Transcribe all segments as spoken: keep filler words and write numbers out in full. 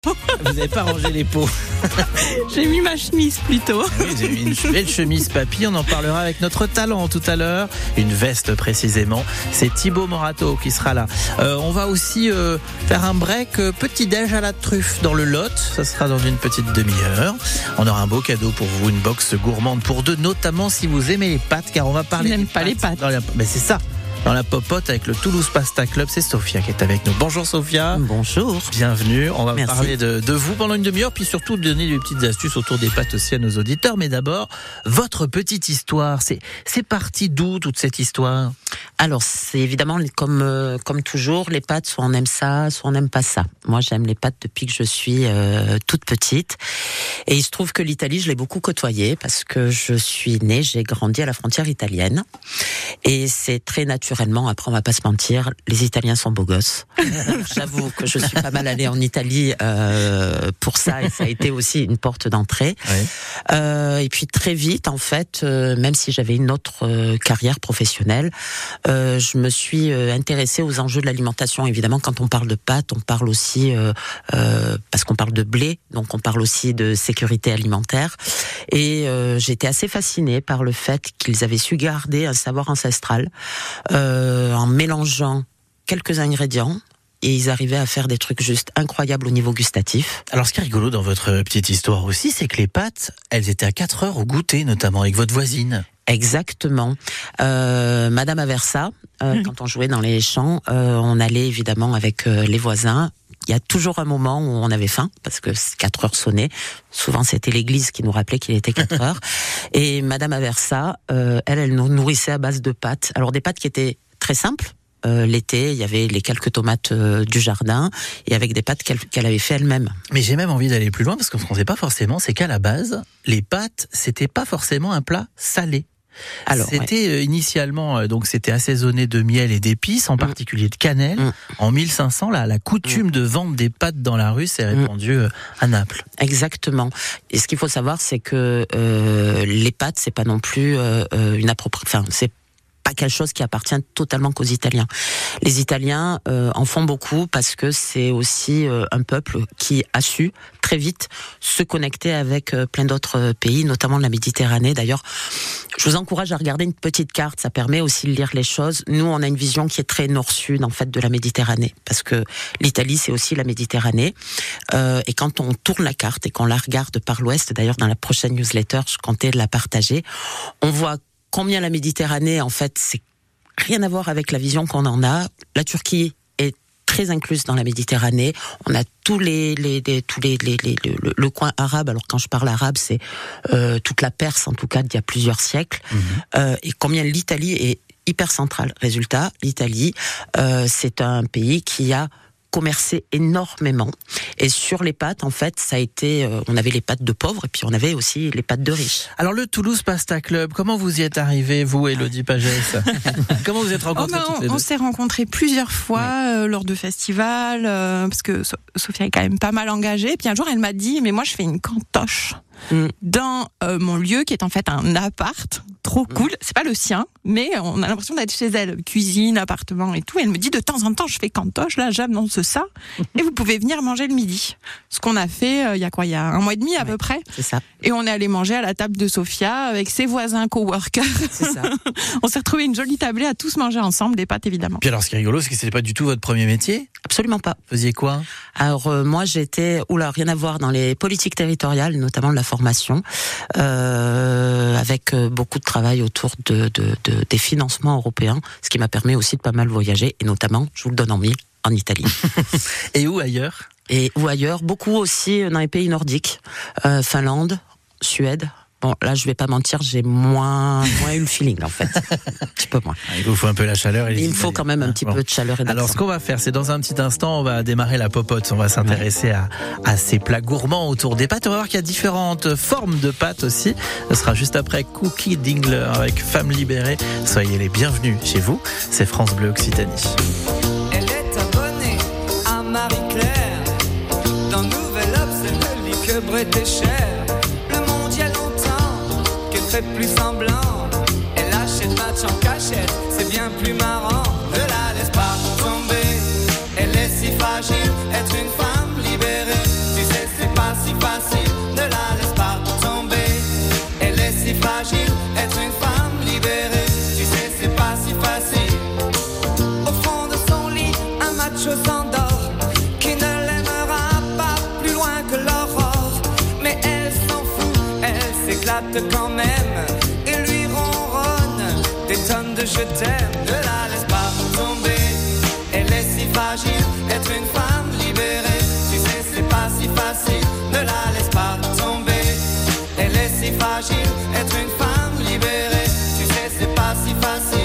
Vous n'avez pas rangé les pots. J'ai mis ma chemise plutôt. Oui, vous avez mis une belle chemise papy. On en parlera avec notre talent tout à l'heure. Une veste précisément. C'est Thibaut Morato qui sera là. Euh, on va aussi euh, faire un break euh, petit-déj à la truffe dans le Lot. Ça sera dans une petite demi-heure. On aura un beau cadeau pour vous, une box gourmande pour deux, notamment si vous aimez les pâtes, car on va parler. Je n'aime pas les pâtes. La... Mais c'est ça. Dans la popote avec le Toulouse Pasta Club, c'est Sophia qui est avec nous. Bonjour Sophia. Bonjour. Bienvenue. On va Merci. parler de, de vous pendant une demi-heure, puis surtout donner des petites astuces autour des pâtes aussi à nos auditeurs. Mais d'abord, votre petite histoire. C'est, c'est parti d'où toute cette histoire ? Alors, c'est évidemment comme, euh, comme toujours, les pâtes, soit on aime ça, soit on n'aime pas ça. Moi, j'aime les pâtes depuis que je suis euh, toute petite. Et il se trouve que l'Italie, je l'ai beaucoup côtoyée parce que je suis née, j'ai grandi à la frontière italienne. Et c'est très naturellement, après on va pas se mentir, les Italiens sont beaux gosses. J'avoue que je suis pas mal allée en Italie euh, pour ça, et ça a été aussi une porte d'entrée. Oui. Euh, et puis très vite, en fait, euh, même si j'avais une autre euh, carrière professionnelle, euh, je me suis euh, intéressée aux enjeux de l'alimentation. Évidemment, quand on parle de pâtes, on parle aussi, euh, euh, parce qu'on parle de blé, donc on parle aussi de sécurité alimentaire. Et euh, j'étais assez fascinée par le fait qu'ils avaient su garder un savoir ancestral euh, en mélangeant quelques ingrédients. Et ils arrivaient à faire des trucs juste incroyables au niveau gustatif. Alors, ce qui est rigolo dans votre petite histoire aussi, c'est que les pâtes, elles étaient à quatre heures au goûter, notamment avec votre voisine. Exactement. Euh, Madame Aversa, euh, mmh. quand on jouait dans les champs, euh, on allait évidemment avec euh, les voisins. Il y a toujours un moment où on avait faim, parce que quatre heures sonnaient. Souvent, c'était l'église qui nous rappelait qu'il était quatre heures. Et Madame Aversa, euh, elle, elle nous nourrissait à base de pâtes. Alors, des pâtes qui étaient très simples. Euh, l'été, il y avait les quelques tomates euh, du jardin et avec des pâtes qu'elle, qu'elle avait fait elle-même. Mais j'ai même envie d'aller plus loin parce qu'on ne sait pas forcément, c'est qu'à la base, les pâtes, c'était pas forcément un plat salé. Alors, c'était ouais. initialement, donc c'était assaisonné de miel et d'épices, en mmh. particulier de cannelle. Mmh. En mille cinq cents, là, la coutume mmh. de vendre des pâtes dans la rue s'est répandue mmh. à Naples. Exactement. Et ce qu'il faut savoir, c'est que euh, les pâtes, c'est pas non plus euh, une appropriation. Enfin, c'est pas quelque chose qui appartient totalement qu'aux Italiens. Les Italiens euh, en font beaucoup parce que c'est aussi euh, un peuple qui a su très vite se connecter avec euh, plein d'autres pays, notamment la Méditerranée. D'ailleurs, je vous encourage à regarder une petite carte, ça permet aussi de lire les choses. Nous, on a une vision qui est très nord-sud, en fait, de la Méditerranée, parce que l'Italie, c'est aussi la Méditerranée. Euh, et quand on tourne la carte et qu'on la regarde par l'ouest, d'ailleurs, dans la prochaine newsletter, je comptais la partager, on voit combien la Méditerranée, en fait, c'est rien à voir avec la vision qu'on en a. La Turquie est très incluse dans la Méditerranée. On a tous les, les, les tous les, les, les le, le coin arabe. Alors quand je parle arabe, c'est euh, toute la Perse, en tout cas, d'il y a plusieurs siècles. Mmh. Euh, et combien l'Italie est hyper centrale. Résultat, l'Italie, euh, c'est un pays qui a commercé énormément. Et sur les pâtes, en fait, ça a été, euh, on avait les pâtes de pauvres et puis on avait aussi les pâtes de riches. Alors le Toulouse Pasta Club, comment vous y êtes arrivés, vous, Élodie Pagès? Comment vous êtes rencontrés oh ben, toutes les On, deux on s'est rencontrés plusieurs fois ouais. euh, lors de festivals, euh, parce que so- Sophia est quand même pas mal engagée. Et puis un jour, elle m'a dit, mais moi, je fais une cantoche mm. dans euh, mon lieu, qui est en fait un appart, trop cool. Mm. C'est pas le sien, mais on a l'impression d'être chez elle, cuisine, appartement et tout. Et elle me dit, de temps en temps, je fais cantoche, là, j'annonce ça, et vous pouvez venir manger le midi. Ce qu'on a fait, euh, il y a quoi, il y a un mois et demi à ouais, peu près. C'est ça. Et on est allé manger à la table de Sophia avec ses voisins coworkers. C'est ça. On s'est retrouvé une jolie tablée à tous manger ensemble, des pâtes évidemment. Puis alors, ce qui est rigolo, c'est que c'était pas du tout votre premier métier. Absolument pas. Vous faisiez quoi? Alors euh, moi, j'étais, oula, rien à voir dans les politiques territoriales, notamment de la formation, euh, avec euh, beaucoup de travail autour de, de, de des financements européens, ce qui m'a permis aussi de pas mal voyager, et notamment, je vous le donne en mille, en Italie. Et où ailleurs? Et où ailleurs, beaucoup aussi dans les pays nordiques, euh, Finlande, Suède. Bon, là, je vais pas mentir, j'ai moins, moins eu le feeling, en fait. Un petit peu moins. Il vous faut un peu la chaleur. Et les Il me faut quand même un petit bon. peu de chaleur et d'accent. Alors, ce qu'on va faire, c'est dans un petit instant, on va démarrer la popote. On va s'intéresser ouais. à, à ces plats gourmands autour des pâtes. On va voir qu'il y a différentes formes de pâtes aussi. Ce sera juste après Cookie Dingler avec Femme libérée. Soyez les bienvenus chez vous. C'est France Bleu Occitanie. Elle est abonnée à Marie-Claire. Dans Nouvelle Obs, elle ne lit que Bret et Cher. Fait plus semblant, elle achète match en cachette, c'est bien plus marrant. Ne la laisse pas tomber, elle est si fragile, être une femme libérée. Tu l'accepte quand même et lui ronronne des tonnes de je t'aime. Ne la laisse pas tomber, elle est si fragile, être une femme libérée, tu sais c'est pas si facile. Ne la laisse pas tomber, elle est si fragile, être une femme libérée, tu sais c'est pas si facile.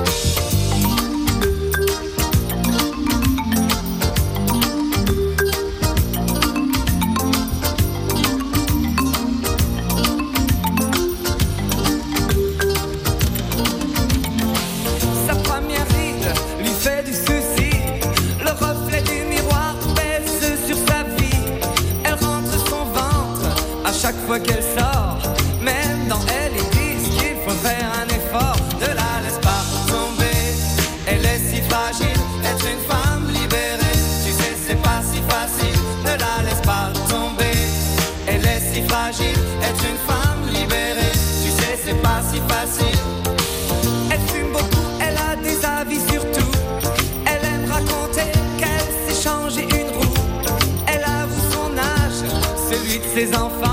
Chaque fois qu'elle sort, même dans elle, ils disent qu'il faut faire un effort. Ne la laisse pas tomber, elle est si fragile, être une femme libérée, tu sais c'est pas si facile. Ne la laisse pas tomber, elle est si fragile, être une femme libérée, tu sais c'est pas si facile. Elle fume beaucoup, elle a des avis sur tout, elle aime raconter qu'elle s'est changé une roue, elle avoue son âge, celui de ses enfants,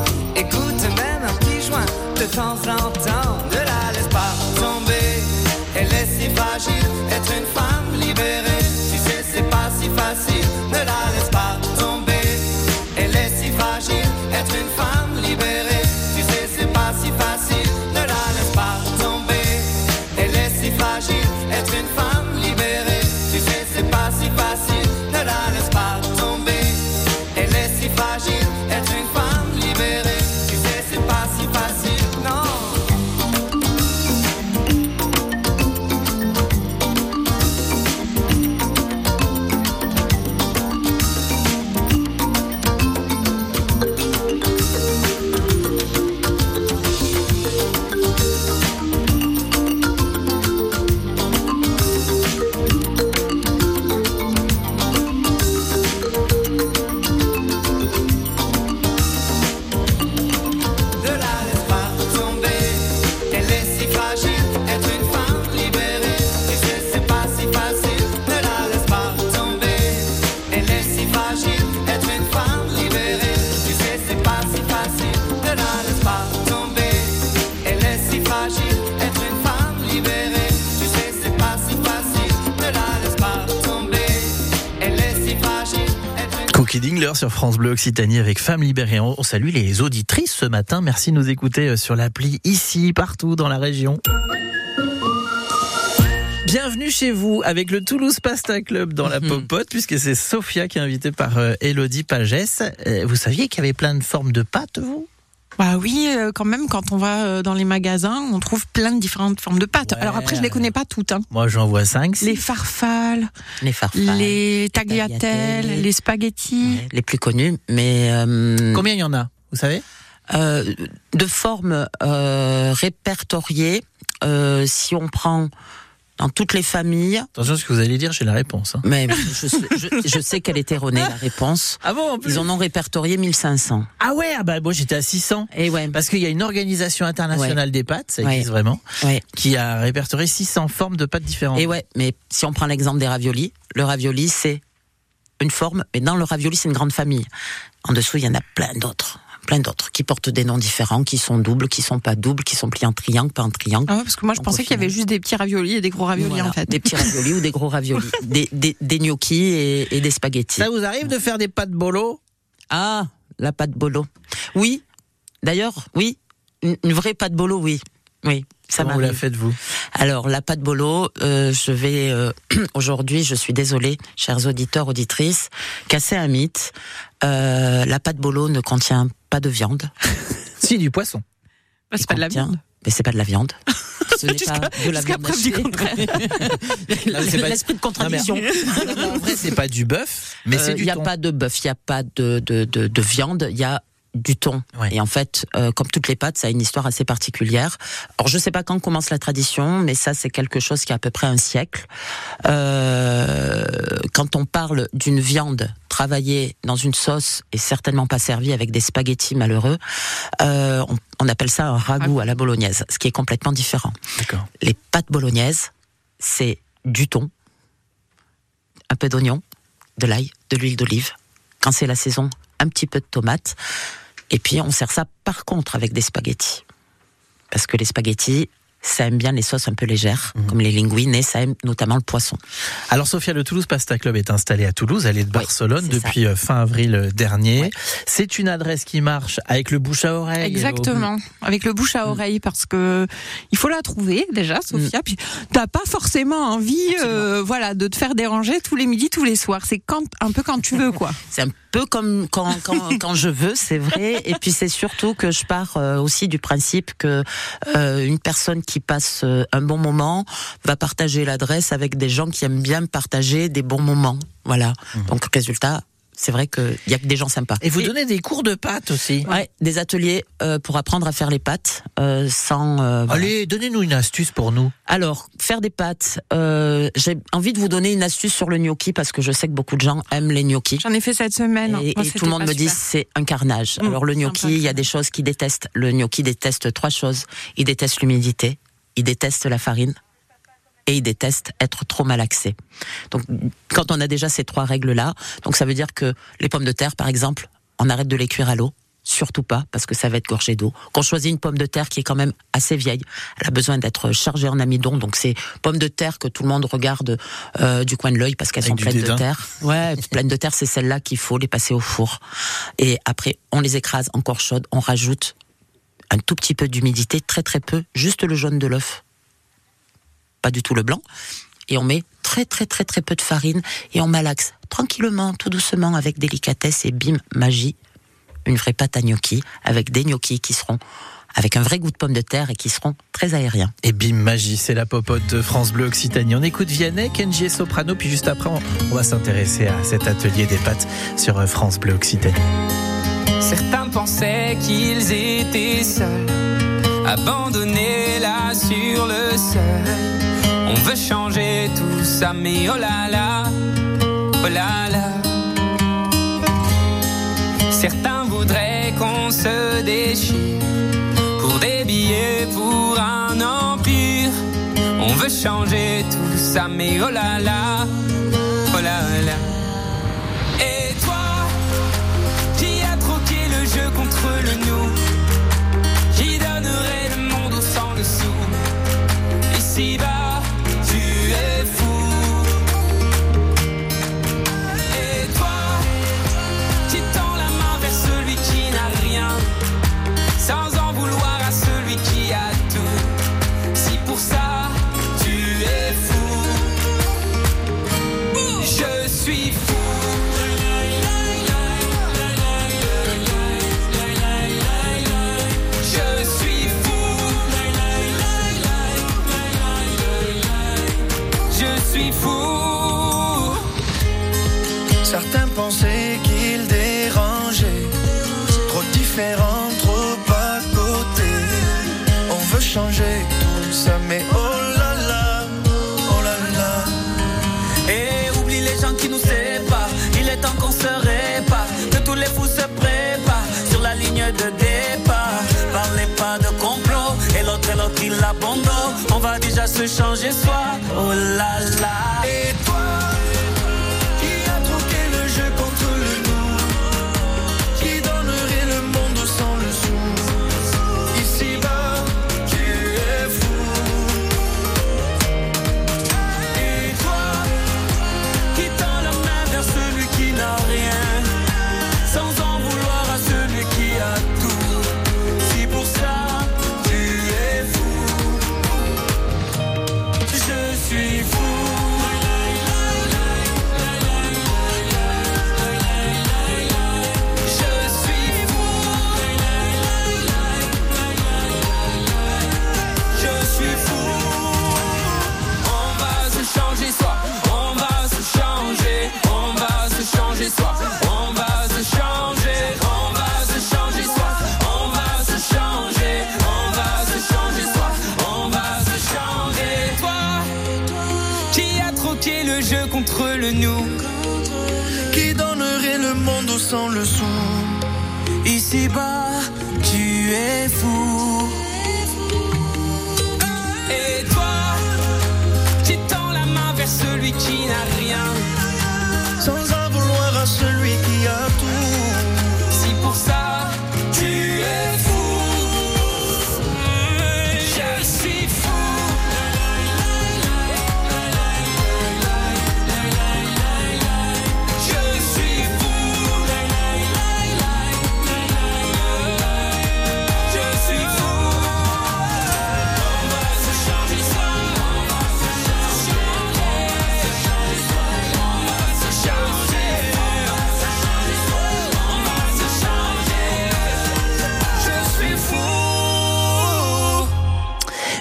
de temps en temps, ne la laisse pas tomber, elle est si fragile, être une femme libérée, tu sais c'est pas si facile. Ne la laisse pas tomber, elle est si fragile, être une femme libérée, tu sais c'est pas si facile. Ne la laisse pas tomber, elle est si fragile, être une femme libérée, tu sais c'est pas si facile. Ne la laisse pas tomber, elle est si fragile, être une femme libérée, tu sais c'est pas si facile. Cookie Dingler sur France Bleu Occitanie avec Femmes Libérées. On salue les auditrices ce matin. Merci de nous écouter sur l'appli, ici, partout dans la région. Bienvenue chez vous avec le Toulouse Pasta Club dans la popote, puisque c'est Sophia qui est invitée par euh, Élodie Pagès. Euh, vous saviez qu'il y avait plein de formes de pâtes, vous ? Bah oui, euh, quand même, quand on va euh, dans les magasins, on trouve plein de différentes formes de pâtes. Ouais. Alors après, je les connais pas toutes. Hein. Moi, j'en vois cinq. Les farfales, les farfales, les tagliatelles, tagliatelles les spaghettis. Ouais, les plus connus, mais... Euh, combien il y en a, vous savez ? euh, De formes euh, répertoriées, euh, si on prend... dans toutes les familles. Attention à ce que vous allez dire, j'ai la réponse. Hein. Mais je, je, je sais qu'elle est erronée, la réponse. Ah bon, en plus ? Ils en ont répertorié mille cinq cents. Ah ouais, ah bah moi j'étais à six cents. Et ouais. Parce qu'il y a une organisation internationale ouais. des pâtes, ça existe ouais. vraiment, ouais. qui a répertorié six cents formes de pâtes différentes. Et ouais, mais si on prend l'exemple des raviolis, le ravioli c'est une forme, mais dans le ravioli c'est une grande famille. En dessous il y en a plein d'autres. plein d'autres qui portent des noms différents, qui sont doubles, qui sont pas doubles, qui sont pliés en triangle, pas en triangle. Ah ouais, parce que moi je Donc, pensais qu'il y avait juste des petits raviolis et des gros raviolis voilà, en fait. Des petits raviolis ou des gros raviolis, des, des, des gnocchis et, et des spaghettis. Ça vous arrive de faire des pâtes bolo ? Ah, la pâte bolo. Oui, d'ailleurs, oui, une, une vraie pâte bolo, oui, oui. Ça Comment vous la faites, vous ? Alors, la pâte bolo, euh, je vais... Euh, aujourd'hui, je suis désolée, chers auditeurs, auditrices, casser un mythe. Euh, la pâte bolo ne contient pas de viande. Si, du poisson. Bah, c'est pas de la viande. Mais c'est pas de la viande. Ce n'est pas de la viande hachée. Du contraire. Non, c'est pas... L'esprit de contradiction. Non, mais... non, en vrai, c'est pas du bœuf, mais euh, c'est du thon. Il n'y a pas de bœuf, il n'y a pas de, de, de, de viande, il y a du thon. Ouais. Et en fait, euh, comme toutes les pâtes, ça a une histoire assez particulière. Alors, je sais pas quand commence la tradition, mais ça, c'est quelque chose qui a à peu près un siècle. Euh, quand on parle d'une viande travaillée dans une sauce et certainement pas servie avec des spaghettis malheureux, euh, on, on appelle ça un ragoût à la bolognaise, ce qui est complètement différent. D'accord. Les pâtes bolognaises, c'est du thon, un peu d'oignon, de l'ail, de l'huile d'olive. Quand c'est la saison, un petit peu de tomate, Et puis on sert ça par contre avec des spaghettis. Parce que les spaghettis, ça aime bien les sauces un peu légères, mmh. comme les linguines, et ça aime notamment le poisson. Alors Sophia, le Toulouse Pasta Club est installé à Toulouse, elle est de Barcelone oui, depuis ça. fin avril dernier. Ouais. C'est une adresse qui marche avec le bouche à oreille. Exactement, au... avec le bouche à oreille, mmh. parce que il faut la trouver déjà, Sophia. Mmh. Puis t'as pas forcément envie, euh, voilà, de te faire déranger tous les midis, tous les soirs. C'est quand, un peu quand tu veux, quoi. C'est un peu comme quand quand, quand je veux, c'est vrai. Et puis c'est surtout que je pars euh, aussi du principe que euh, une personne qui passe un bon moment va partager l'adresse avec des gens qui aiment bien partager des bons moments. Voilà. Mmh. Donc, résultat, c'est vrai qu'il y a que des gens sympas. Et vous donnez des cours de pâtes aussi. Ouais, des ateliers euh, pour apprendre à faire les pâtes euh, sans... Euh, voilà. Allez, donnez-nous une astuce pour nous. Alors, faire des pâtes, euh, j'ai envie de vous donner une astuce sur le gnocchi parce que je sais que beaucoup de gens aiment les gnocchis. J'en ai fait cette semaine. Et, Moi, et tout le monde me dit c'est un carnage. Mmh, Alors le gnocchi, il y a des choses qu'il déteste. Le gnocchi déteste trois choses. Il déteste l'humidité, il déteste la farine et il déteste être trop malaxé. Donc, quand on a déjà ces trois règles-là, donc ça veut dire que les pommes de terre, par exemple, on arrête de les cuire à l'eau. Surtout pas, parce que ça va être gorgé d'eau. Qu'on choisit une pomme de terre qui est quand même assez vieille, elle a besoin d'être chargée en amidon, donc c'est pommes de terre que tout le monde regarde euh, du coin de l'œil parce qu'elles Avec sont pleines dédain. de terre. Ouais, pleines de terre, c'est celles-là qu'il faut les passer au four. Et après, on les écrase encore chaudes, on rajoute un tout petit peu d'humidité, très très peu, juste le jaune de l'œuf. Pas du tout le blanc. Et on met très très très très peu de farine et on malaxe tranquillement, tout doucement, avec délicatesse et bim, magie. Une vraie pâte à gnocchi, avec des gnocchis qui seront avec un vrai goût de pomme de terre et qui seront très aériens. Et bim, magie, c'est la popote de France Bleu Occitanie. On écoute Vianney, Kenji et Soprano, puis juste après, on va s'intéresser à cet atelier des pâtes sur France Bleu Occitanie. Certains pensaient qu'ils étaient seuls, abandonnés là sur le sol. On veut changer tout ça, mais oh là là, oh là là. Certains voudraient qu'on se déchire pour des billets, pour un empire. On veut changer tout ça, mais oh là là, oh là là. Et toi, qui a troqué le jeu contre le nous, qui donnerait le monde au sang dessous. Ici-bas, tu es fou. Sans en vouloir à celui qui a tout. Si pour ça tu es fou, je suis fou. Je suis fou. Je suis fou. Certains pensaient qu'ils dérangeaient, trop différents. Changer tout ça, mais oh là là, oh là là. Et oublie les gens qui nous séparent, il est temps qu'on se répare, que tous les fous se préparent sur la ligne de départ. Parlez pas de complot, et l'autre et l'autre il abandonne. On va déjà se changer soi, oh là là. Et toi, qui a troqué le jeu contre le nous, qui donnerait le monde sans le sou. Ici-bas, contre le nous, qui donnerait le monde sans le sou. Ici-bas, tu es fou. Et toi, tu tends la main vers celui qui n'a rien, sans en vouloir à celui qui a tout. Si pour ça, tu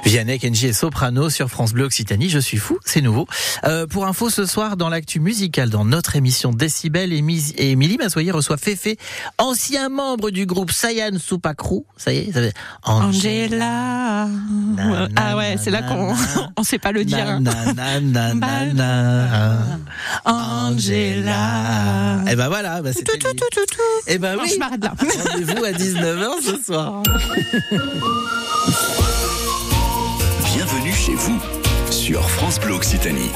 Vianney, Kenji et Soprano sur France Bleu Occitanie. Je suis fou, c'est nouveau. Euh, pour info, ce soir, dans l'actu musicale, dans notre émission Décibel, Émilie Massoyer reçoit Féfé, ancien membre du groupe Sayan Supakru. Ça y est, ça fait Angela. Na, na, ah ouais, c'est là qu'on on sait pas le dire. Na, na, na, na, na, na. Angela. Et ben voilà, bah c'était tout, tout, tout, tout, tout. Et ben Non, oui. je m'arrête là. Rendez-vous à dix-neuf heures ce soir. Bienvenue chez vous sur France Bleu Occitanie.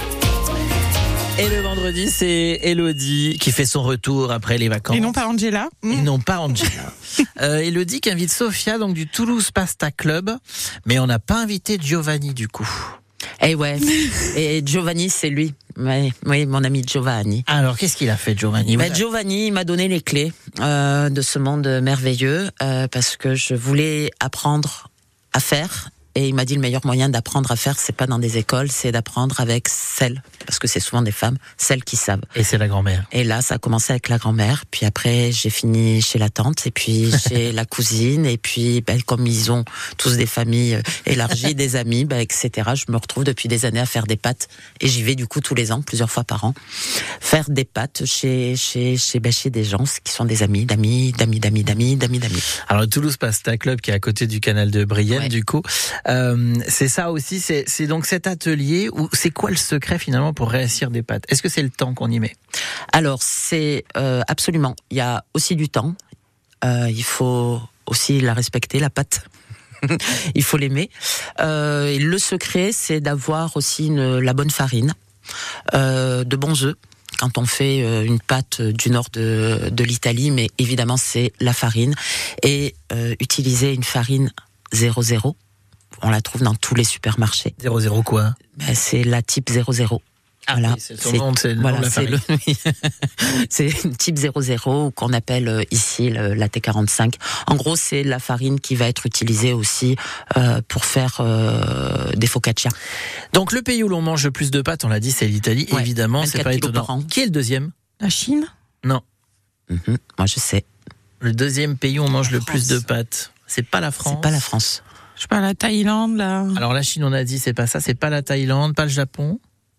Et le vendredi, c'est Elodie qui fait son retour après les vacances. Et non pas Angela. Et non pas Angela. euh, Elodie qui invite Sophia donc du Toulouse Pasta Club, mais on n'a pas invité Giovanni du coup. Eh ouais. Et Giovanni, c'est lui. Oui, oui, mon ami Giovanni. Alors qu'est-ce qu'il a fait Giovanni? Ben, Giovanni il m'a donné les clés euh, de ce monde merveilleux euh, parce que je voulais apprendre à faire. Et il m'a dit le meilleur moyen d'apprendre à faire, c'est pas dans des écoles, c'est d'apprendre avec celles, parce que c'est souvent des femmes, celles qui savent. Et c'est la grand-mère. Et là, ça a commencé avec la grand-mère, puis après j'ai fini chez la tante, et puis chez la cousine, et puis ben, comme ils ont tous des familles élargies, des amis, ben, et cetera. Je me retrouve depuis des années à faire des pâtes, et j'y vais du coup tous les ans, plusieurs fois par an, faire des pâtes chez chez chez, ben, chez des gens qui sont des amis, d'amis, d'amis, d'amis, d'amis, d'amis, d'amis. Alors le Toulouse Pasta Club qui est à côté du canal de Brienne, ouais. Du coup. Euh, c'est ça aussi, c'est, c'est donc cet atelier où c'est quoi le secret finalement pour réussir des pâtes? Est-ce que c'est le temps qu'on y met? Alors c'est euh, absolument, il y a aussi du temps, euh, il faut aussi la respecter la pâte. Il faut l'aimer. Euh, et le secret c'est d'avoir aussi une, la bonne farine, euh, de bons œufs. Quand on fait une pâte du nord de, de l'Italie, mais évidemment c'est la farine et euh, utiliser une farine zéro zéro. On la trouve dans tous les supermarchés. zéro zéro quoi? Ben, c'est la type zéro zéro. Ah voilà. Oui, c'est son nom, c'est le voilà, nom de la c'est farine. le, oui. C'est une type zéro zéro qu'on appelle ici le, la T quarante-cinq. En gros, c'est la farine qui va être utilisée aussi euh, pour faire euh, des focaccia. Donc le pays où l'on mange le plus de pâtes, on l'a dit, c'est l'Italie. Ouais, évidemment, c'est pas étonnant. Qui est le deuxième? La Chine? Non. Mm-hmm, moi, je sais. Le deuxième pays où on mange la le France. plus de pâtes, c'est pas la France. C'est pas la France. Je sais pas, la Thaïlande, là. Alors la Chine, on a dit, c'est pas ça, c'est pas la Thaïlande, pas le Japon.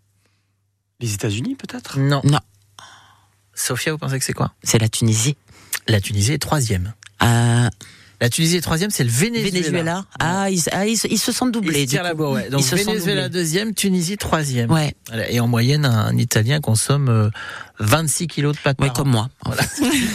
Les États-Unis, peut-être? Non. Non. Sophia, vous pensez que c'est quoi? C'est la Tunisie. La Tunisie est troisième. Euh... La Tunisie est troisième, c'est le Venezuela. Venezuela. Ah, ils, ah, ils, ils se sont doublés. Ils se tirent la bourre, ouais. Donc ils se Venezuela deuxième, Tunisie troisième. Ouais. Et en moyenne, un Italien consomme euh, vingt-six kilos de pâtes ouais, par comme an. moi. Voilà.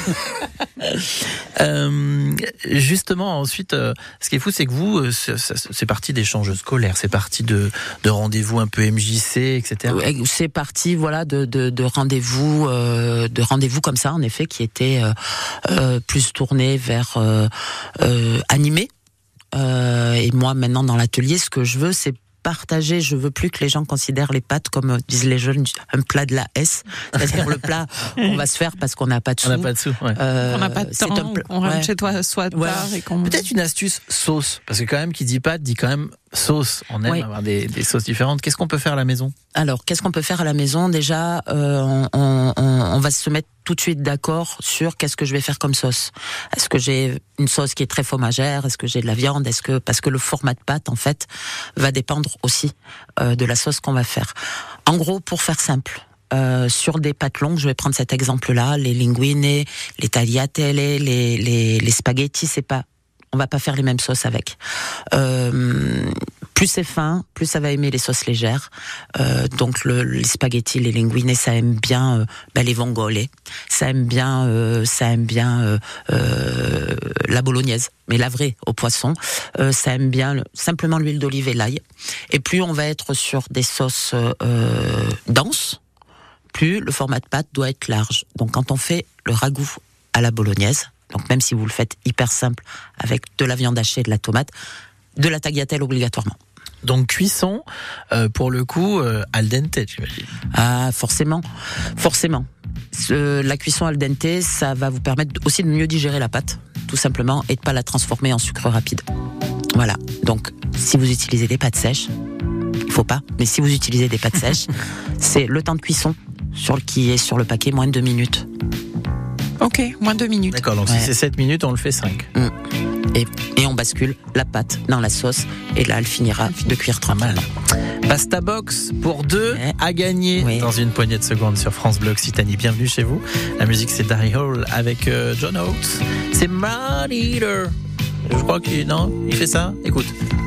euh, justement, ensuite, euh, ce qui est fou, c'est que vous, euh, c'est, c'est parti d'échanges scolaires, c'est parti de, de rendez-vous un peu M J C, et cetera. Ouais, c'est parti, voilà, de, de, de rendez-vous, euh, de rendez-vous comme ça, en effet, qui étaient euh, euh, plus tournés vers euh, euh, animés. Euh, et moi, maintenant, dans l'atelier, ce que je veux, c'est partager. Je veux plus que les gens considèrent les pâtes, comme disent les jeunes, un plat de la S. C'est-à-dire le plat qu'on va se faire parce qu'on n'a pas de sous. On n'a pas de sous, ouais. Euh, on n'a pas de temps, un pla- on rentre ouais. chez toi soit tard Ouais. et qu'on... Peut-être une astuce sauce, parce que quand même, qui dit pâte, dit quand même sauce. On aime Ouais. avoir des, des sauces différentes. Qu'est-ce qu'on peut faire à la maison? Alors, qu'est-ce qu'on peut faire à la maison? Déjà, euh, on, on, on va se mettre tout de suite d'accord sur qu'est-ce que je vais faire comme sauce. Est-ce que j'ai une sauce qui est très fromagère? Est-ce que j'ai de la viande? Est-ce que parce que le format de pâte, en fait, va dépendre aussi euh, de la sauce qu'on va faire. En gros, pour faire simple. Euh, sur des pâtes longues, je vais prendre cet exemple-là, les linguine, les tagliatelle, les, les, les spaghettis, c'est pas, on va pas faire les mêmes sauces avec. Euh, plus c'est fin, plus ça va aimer les sauces légères. Euh, donc le, les spaghettis, les linguine, ça aime bien euh, ben les vongole, ça aime bien, euh, ça aime bien euh, euh, la bolognaise, mais la vraie au poisson. Euh, ça aime bien le, simplement l'huile d'olive et l'ail. Et plus on va être sur des sauces euh, denses, plus le format de pâte doit être large. Donc quand on fait le ragoût à la bolognaise, donc même si vous le faites hyper simple avec de la viande hachée et de la tomate, de la tagliatelle obligatoirement. Donc cuisson, euh, pour le coup, euh, al dente, j'imagine. Ah, forcément, forcément. Ce, la cuisson al dente, ça va vous permettre aussi de mieux digérer la pâte, tout simplement, et de pas la transformer en sucre rapide. Voilà. Donc, si vous utilisez des pâtes sèches, il faut pas, mais si vous utilisez des pâtes sèches, c'est le temps de cuisson sur le, qui est sur le paquet, moins de deux minutes. Ok, moins de deux minutes. D'accord, donc Ouais. si c'est sept minutes, on le fait cinq. Mm. Et, et on bascule la pâte dans la sauce et là elle finira de cuire tranquillement. Pasta box pour deux ouais. à gagner oui. dans une poignée de secondes sur France Bleu Occitanie. Bienvenue chez vous. La musique c'est Darry Hall avec euh, John Oates. C'est Man Eater. Je crois qu'il non, il fait ça. Écoute.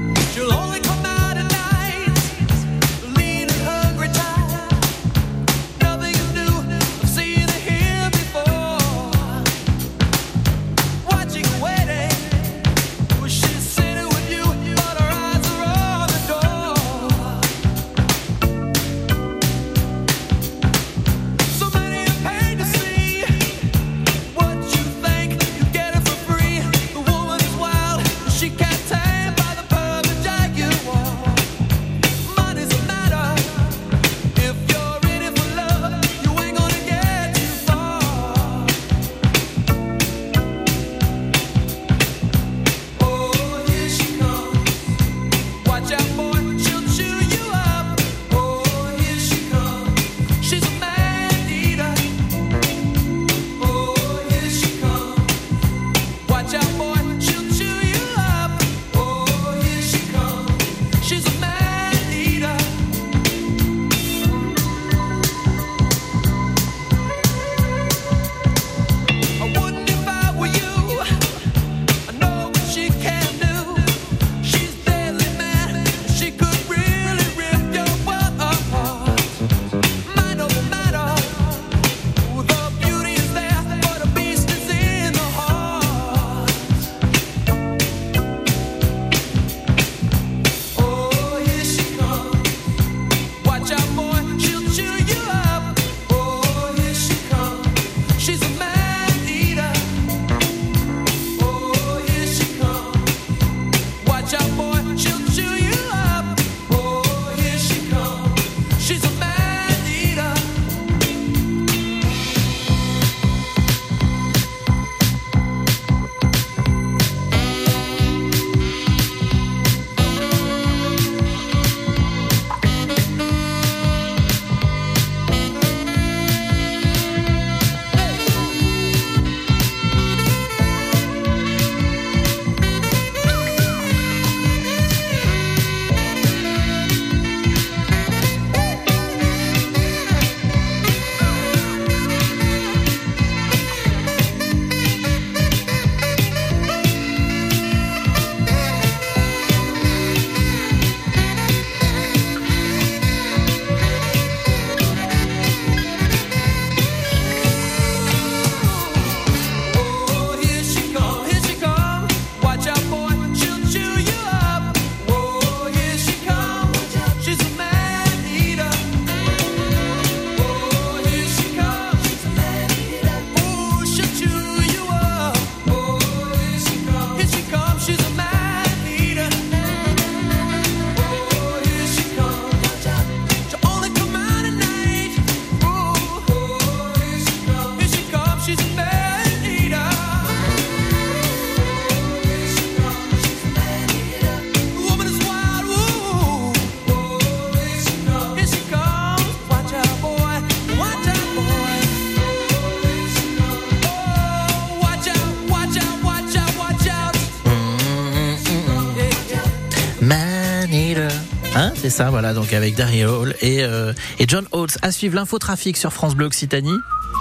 Hein, c'est ça, voilà, donc avec Darry Hall et, euh, et John Oates. À suivre l'infotrafic sur France Bleu Occitanie.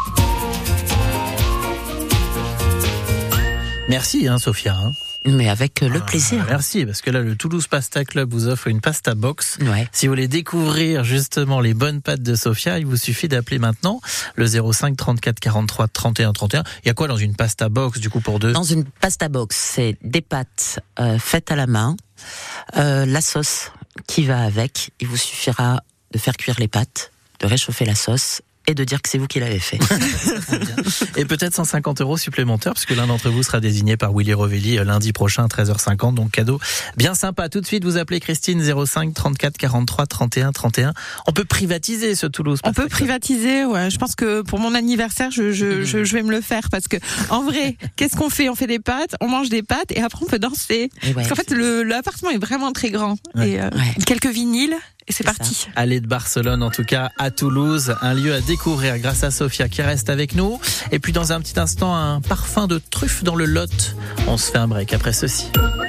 Merci, hein, Sophia. Hein. Mais avec le plaisir. Ah, merci, parce que là, le Toulouse Pasta Club vous offre une pasta box. Ouais. Si vous voulez découvrir justement les bonnes pâtes de Sophia, il vous suffit d'appeler maintenant le zéro cinq trente-quatre quarante-trois trente et un trente et un. Il y a quoi dans une pasta box, du coup, pour deux? Dans une pasta box, c'est des pâtes euh, faites à la main, euh, la sauce qui va avec. Il vous suffira de faire cuire les pâtes, de réchauffer la sauce et de dire que c'est vous qui l'avez fait. Et peut-être cent cinquante euros supplémentaires, puisque l'un d'entre vous sera désigné par Willy Revelli lundi prochain à treize heures cinquante, donc cadeau bien sympa. Tout de suite, vous appelez Christine zéro cinq trente-quatre quarante-trois trente et un trente et un. On peut privatiser ce Toulouse. On peut privatiser, ouais. Je pense que pour mon anniversaire, je, je, mmh. je, je vais me le faire, parce que en vrai, qu'est-ce qu'on fait? On fait des pâtes, on mange des pâtes et après on peut danser. Ouais, parce qu'en fait, le, l'appartement est vraiment très grand. Ouais. Et euh, ouais. quelques vinyles. et c'est, C'est parti. ça. Allée de Barcelone, en tout cas, à Toulouse. Un lieu à découvrir grâce à Sophia qui reste avec nous. Et puis, dans un petit instant, un parfum de truffe dans le Lot. On se fait un break après ceci.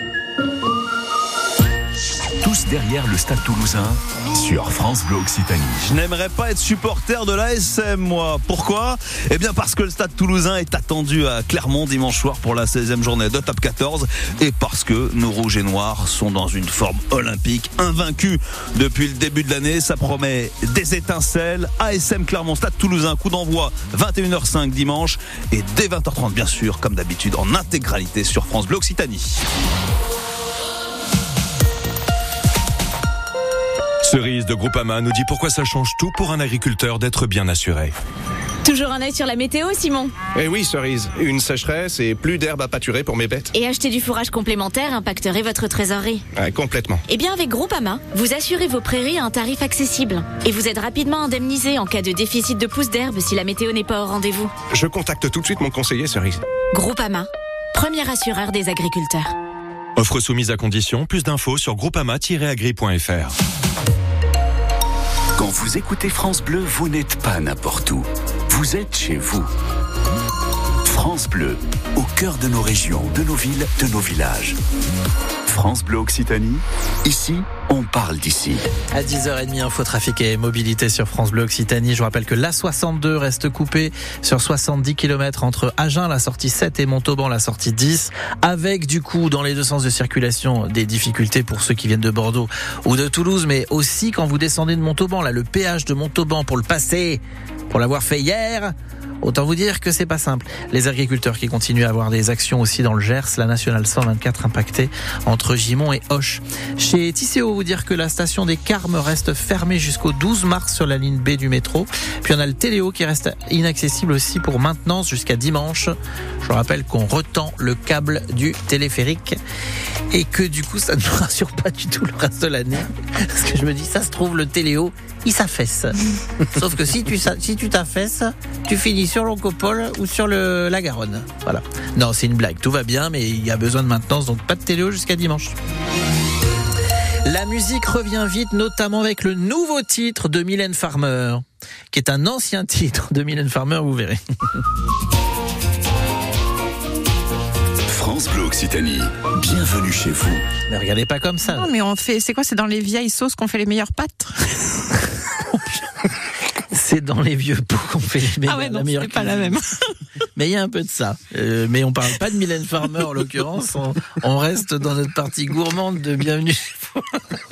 Tous derrière le Stade Toulousain sur France Bleu Occitanie. Je n'aimerais pas être supporter de l'A S M, moi. Pourquoi ? Eh bien parce que le Stade Toulousain est attendu à Clermont dimanche soir pour la seizième journée de Top quatorze et parce que nos rouges et noirs sont dans une forme olympique, invaincus depuis le début de l'année. Ça promet des étincelles. A S M Clermont, Stade Toulousain, coup d'envoi vingt et une heures cinq dimanche et dès vingt heures trente bien sûr, comme d'habitude, en intégralité sur France Bleu Occitanie. Cerise de Groupama nous dit pourquoi ça change tout pour un agriculteur d'être bien assuré. Toujours un œil sur la météo, Simon. Eh oui, Cerise, une sécheresse et plus d'herbe à pâturer pour mes bêtes. Et acheter du fourrage complémentaire impacterait votre trésorerie. Ouais, complètement. Eh bien, avec Groupama, vous assurez vos prairies à un tarif accessible. Et vous êtes rapidement indemnisé en cas de déficit de pousses d'herbe si la météo n'est pas au rendez-vous. Je contacte tout de suite mon conseiller, Cerise. Groupama, premier assureur des agriculteurs. Offre soumise à condition, plus d'infos sur groupama tiret agri point f r. Quand vous écoutez France Bleu, vous n'êtes pas n'importe où. Vous êtes chez vous. France Bleu, au cœur de nos régions, de nos villes, de nos villages. France Bleu Occitanie, ici, on parle d'ici. À dix heures trente, info trafic et mobilité sur France Bleu Occitanie. Je vous rappelle que l'A soixante-deux reste coupée sur soixante-dix kilomètres entre Agen, la sortie sept, et Montauban, la sortie dix. Avec du coup, dans les deux sens de circulation, des difficultés pour ceux qui viennent de Bordeaux ou de Toulouse, mais aussi quand vous descendez de Montauban. Là, le péage de Montauban pour le passer, pour l'avoir fait hier, autant vous dire que c'est pas simple. Les agriculteurs qui continuent à avoir des actions aussi dans le Gers, la nationale cent vingt-quatre impactée entre Gimont et Auch. Chez Tisséo, vous dire que la station des Carmes reste fermée jusqu'au douze mars sur la ligne B du métro. Puis on a le Téléo qui reste inaccessible aussi pour maintenance jusqu'à dimanche. Je rappelle qu'on retend le câble du téléphérique et que du coup ça ne nous rassure pas du tout le reste de l'année. Parce que je me dis, ça se trouve, le Téléo, il s'affaisse. Sauf que si tu, si tu t'affaisses, tu finis sur l'Oncopole ou sur le, la Garonne. Voilà. Non, c'est une blague. Tout va bien, mais il y a besoin de maintenance, donc pas de Téléo jusqu'à dimanche. La musique revient vite, notamment avec le nouveau titre de Mylène Farmer, qui est un ancien titre de Mylène Farmer, vous verrez. France Bleu Occitanie, bienvenue chez vous. Mais regardez pas comme ça. Non, mais on fait, c'est quoi? C'est dans les vieilles sauces qu'on fait les meilleures pâtes? C'est dans les vieux pots qu'on fait les meilleurs. Ah ouais, non, la meilleure c'est pas cuisine. la même. Mais il y a un peu de ça. Euh, mais on parle pas de Mylène Farmer en l'occurrence. On, on reste dans notre partie gourmande de Bienvenue chez vous.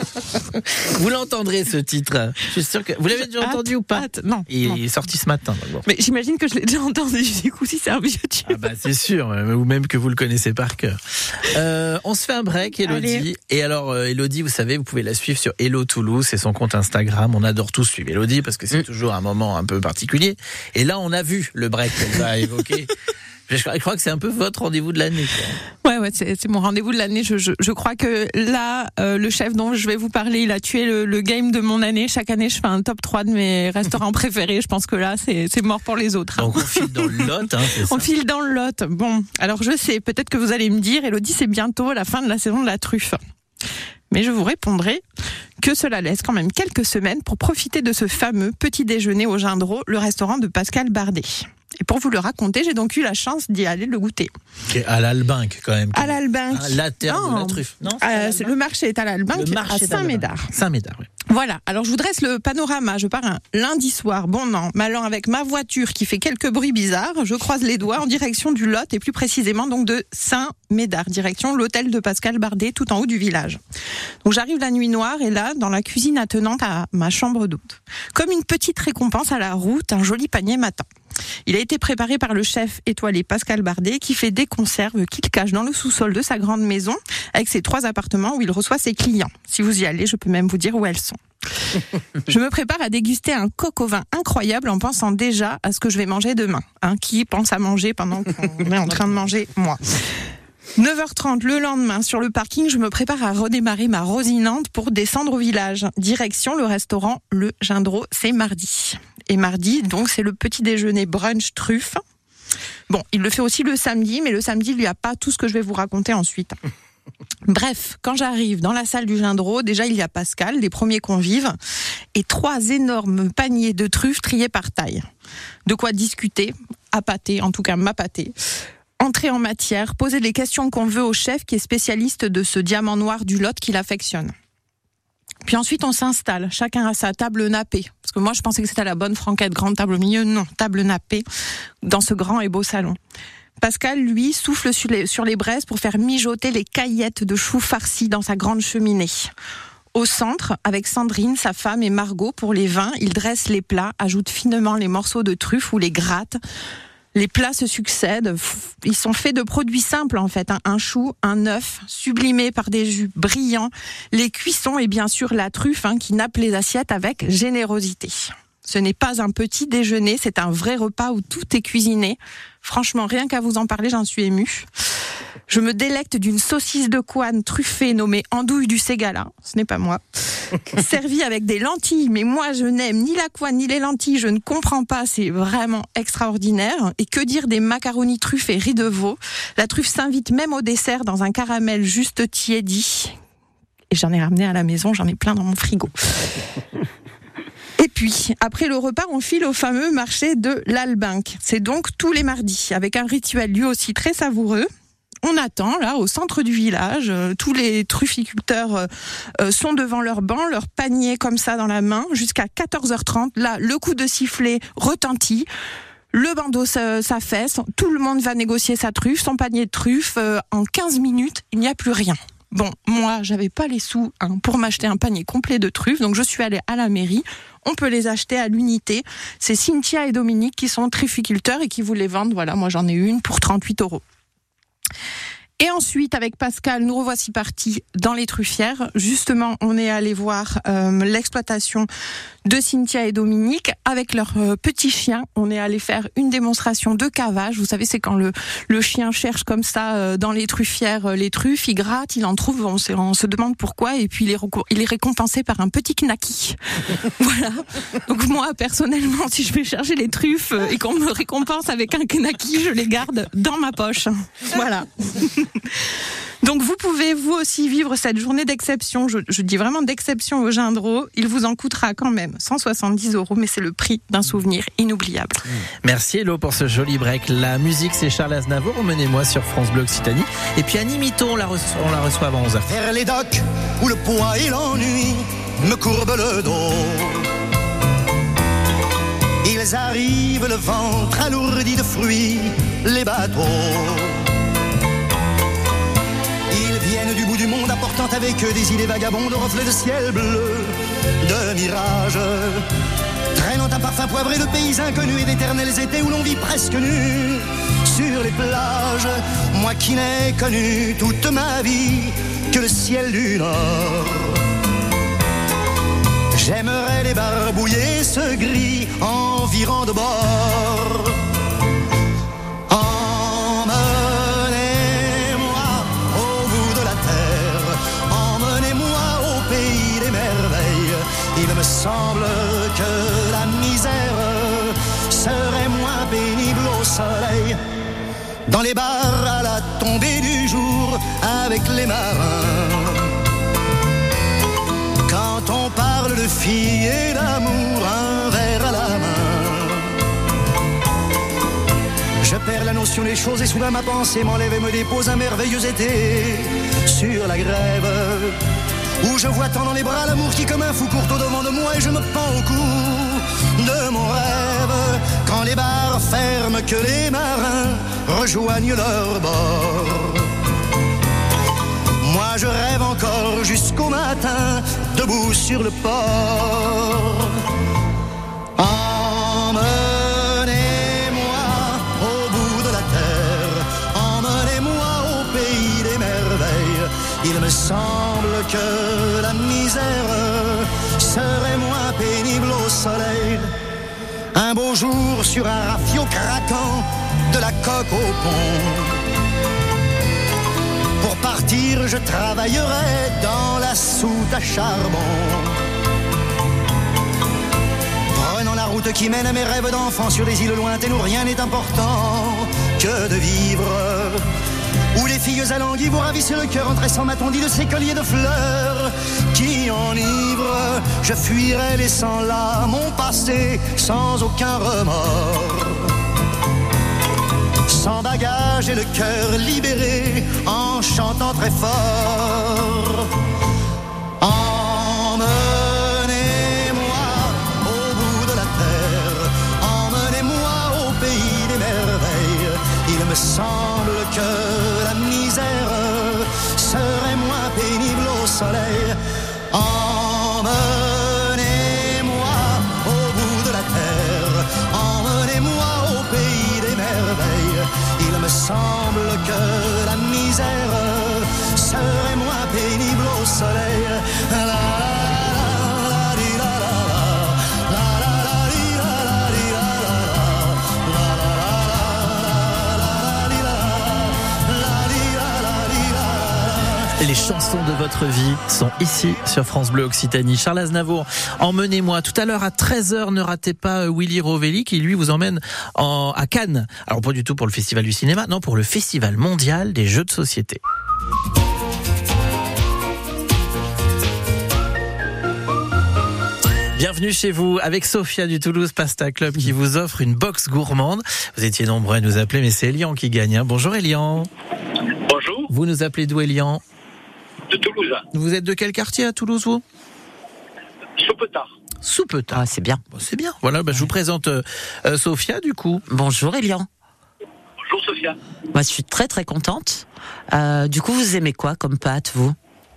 Vous l'entendrez ce titre. Je suis sûr que vous l'avez déjà entendu ou pas? Non. Il non. est sorti ce matin. Bon. Mais j'imagine que je l'ai déjà entendu. Du coup, si c'est un vieux tube. Ah bah c'est sûr, ou même que vous le connaissez par cœur. Euh, on se fait un break, Elodie. Allez. Et alors, euh, Elodie, vous savez, vous pouvez la suivre sur Hello Toulouse, c'est son compte Instagram. On adore tous suivre Elodie parce que c'est mmh. toujours un moment un peu particulier. Et là, on a vu le break qu'elle va évoquer. Je crois que c'est un peu votre rendez-vous de l'année. Quoi. Ouais, ouais, c'est, c'est mon rendez-vous de l'année. Je, je, je crois que là, euh, le chef dont je vais vous parler, il a tué le, le game de mon année. Chaque année, je fais un top trois de mes restaurants préférés. Je pense que là, c'est, c'est mort pour les autres. Hein. Donc on file dans le Lot. Hein, c'est ça. On file dans le Lot. Bon, alors je sais, peut-être que vous allez me dire, Elodie, c'est bientôt la fin de la saison de la truffe. Mais je vous répondrai que cela laisse quand même quelques semaines pour profiter de ce fameux petit déjeuner au Gindreau, le restaurant de Pascal Bardet. Et pour vous le raconter, j'ai donc eu la chance d'y aller le goûter. Okay, à l'Albinque, quand même. À l'Albinque. À la terre non, de la truffe. Non, euh, c'est le marché est à l'Albinque, à Saint-Médard. Saint-Médard, oui. Voilà, alors je vous dresse le panorama. Je pars un lundi soir, bon an, mal an, avec ma voiture qui fait quelques bruits bizarres. Je croise les doigts en direction du Lot et plus précisément donc de Saint-Médard, direction l'hôtel de Pascal Bardet, tout en haut du village. Donc j'arrive la nuit noire et là, dans la cuisine attenante à ma chambre d'hôte, comme une petite récompense à la route, un joli panier m'attend. Il a été préparé par le chef étoilé Pascal Bardet qui fait des conserves qu'il cache dans le sous-sol de sa grande maison avec ses trois appartements où il reçoit ses clients. Si vous y allez, je peux même vous dire où elles sont. Je me prépare à déguster un coq au vin incroyable en pensant déjà à ce que je vais manger demain. Hein, qui pense à manger pendant qu'on est en train de manger? Moi. neuf heures trente le lendemain, sur le parking, je me prépare à redémarrer ma rosinante pour descendre au village. Direction le restaurant Le Gindreau, c'est mardi. Et mardi, donc, c'est le petit déjeuner brunch truffe. Bon, il le fait aussi le samedi, mais le samedi, il n'y a pas tout ce que je vais vous raconter ensuite. Bref, quand j'arrive dans la salle du Gendreau, déjà il y a Pascal, les premiers convives, et trois énormes paniers de truffes triés par taille. De quoi discuter, appâter, en tout cas m'appâter. Entrer en matière, poser les questions qu'on veut au chef qui est spécialiste de ce diamant noir du Lot qu'il affectionne. Puis ensuite on s'installe, chacun à sa table nappée. Parce que moi je pensais que c'était la bonne franquette, grande table au milieu, non, table nappée, dans ce grand et beau salon. Pascal, lui, souffle sur les, sur les braises pour faire mijoter les caillettes de choux farcis dans sa grande cheminée. Au centre, avec Sandrine, sa femme et Margot, pour les vins, il dresse les plats, ajoute finement les morceaux de truffes ou les gratte. Les plats se succèdent, ils sont faits de produits simples en fait, un chou, un œuf, sublimé par des jus brillants, les cuissons et bien sûr la truffe hein, qui nappe les assiettes avec générosité. Ce n'est pas un petit déjeuner, c'est un vrai repas où tout est cuisiné. Franchement, rien qu'à vous en parler, j'en suis émue. Je me délecte d'une saucisse de couenne truffée nommée andouille du Ségala, ce n'est pas moi, servie avec des lentilles, mais moi je n'aime ni la couenne ni les lentilles, je ne comprends pas, c'est vraiment extraordinaire. Et que dire des macaronis truffés riz de veau? La truffe s'invite même au dessert dans un caramel juste tiédi. Et j'en ai ramené à la maison, j'en ai plein dans mon frigo. Et puis, après le repas, on file au fameux marché de l'Albinque. C'est donc tous les mardis, avec un rituel lui aussi très savoureux. On attend, là, au centre du village. Euh, tous les trufficulteurs euh, sont devant leur banc, leur panier comme ça dans la main, jusqu'à quatorze heures trente. Là, le coup de sifflet retentit. Le bandeau s'affaisse. Tout le monde va négocier sa truffe, son panier de truffes. Euh, en quinze minutes, il n'y a plus rien. Bon, moi, j'avais pas les sous hein, pour m'acheter un panier complet de truffes, donc je suis allée à la mairie. On peut les acheter à l'unité. C'est Cynthia et Dominique qui sont trufficulteurs et qui vous les vendent. Voilà, moi j'en ai une pour trente-huit euros. Et ensuite, avec Pascal, nous revoici partis dans les truffières. Justement, on est allé voir euh, l'exploitation de Cynthia et Dominique avec leur euh, petit chien. On est allé faire une démonstration de cavage. Vous savez, c'est quand le, le chien cherche comme ça euh, dans les truffières euh, les truffes, il gratte, il en trouve, on se, on se demande pourquoi, et puis il est, il est récompensé par un petit knacky. Voilà. Donc moi, personnellement, si je vais chercher les truffes euh, et qu'on me récompense avec un knacky, je les garde dans ma poche. Voilà. Donc vous pouvez vous aussi vivre cette journée d'exception, je, je dis vraiment d'exception au Gendreau. Il vous en coûtera quand même cent soixante-dix euros, mais c'est le prix d'un souvenir inoubliable. Merci Hello pour ce joli break. La musique c'est Charles Aznavour, emmenez-moi sur France Bleu Occitanie. Et puis Annie Mito, on la reçoit, on la reçoit avant onze heures. Vers les docks où le poids et l'ennui me courbent le dos. Ils arrivent le ventre alourdi de fruits, les bateaux. Viennent du bout du monde apportant avec eux des idées vagabondes, reflets de ciel bleu, de mirages, traînant un parfum poivré de pays inconnus et d'éternels étés où l'on vit presque nu sur les plages. Moi qui n'ai connu toute ma vie que le ciel du Nord, j'aimerais débarbouiller ce gris environ de bord. Il me semble que la misère serait moins pénible au soleil, dans les bars à la tombée du jour avec les marins. Quand on parle de filles et d'amour, un verre à la main, je perds la notion des choses et soudain ma pensée m'enlève et me dépose un merveilleux été sur la grève, où je vois tant dans les bras l'amour qui comme un fou court au devant de moi et je me pends au cou de mon rêve. Quand les bars ferment, que les marins rejoignent leur bord, moi je rêve encore jusqu'au matin, debout sur le port. Emmenez-moi au bout de la terre, emmenez-moi au pays des merveilles. Il me semble que la misère serait moins pénible au soleil. Un beau jour sur un rafio craquant, de la coque au pont. Pour partir, je travaillerai dans la soute à charbon, prenant la route qui mène à mes rêves d'enfant sur des îles lointaines où rien n'est important que de vivre, où les filles filles alanguies vous ravissez le cœur en tressant ma tondie de ces colliers de fleurs qui enivrent. Je fuirai laissant là mon passé sans aucun remords. Sans bagage et le cœur libéré, en chantant très fort. Emmenez-moi au bout de la terre, emmenez-moi au pays des merveilles. Il me semble que la misère serait moins pénible au soleil. Emmenez-moi au bout de la terre, emmenez-moi au pays des merveilles. Il me semble que la misère serait moins pénible au soleil. La, la, la, di, la, la, la, la, la, la, di, la, la, di, la, la, la, la, la, la, di, la, la, di, la, la, di, la, la. Les chansons de votre vie sont ici sur France Bleu Occitanie. Charles Aznavour, emmenez-moi. Tout à l'heure à treize heures, ne ratez pas Willy Rovelli qui lui vous emmène en, à Cannes. Alors pas du tout pour le Festival du cinéma, non, pour le Festival mondial des jeux de société. Bienvenue chez vous avec Sophia du Toulouse Pasta Club qui vous offre une box gourmande. Vous étiez nombreux à nous appeler, mais c'est Elian qui gagne. Hein. Bonjour Elian. Bonjour. Vous nous appelez d'où Elian ? De Toulouse. Vous êtes de quel quartier à Toulouse vous ? Soupetard. Soupetard. Ah, c'est bien. Bon, c'est bien. Voilà, bah, je vous présente euh, euh, Sophia du coup. Bonjour Elian. Bonjour Sophia. Moi, je suis très très contente. Euh, du coup, vous aimez quoi comme pâte, vous ?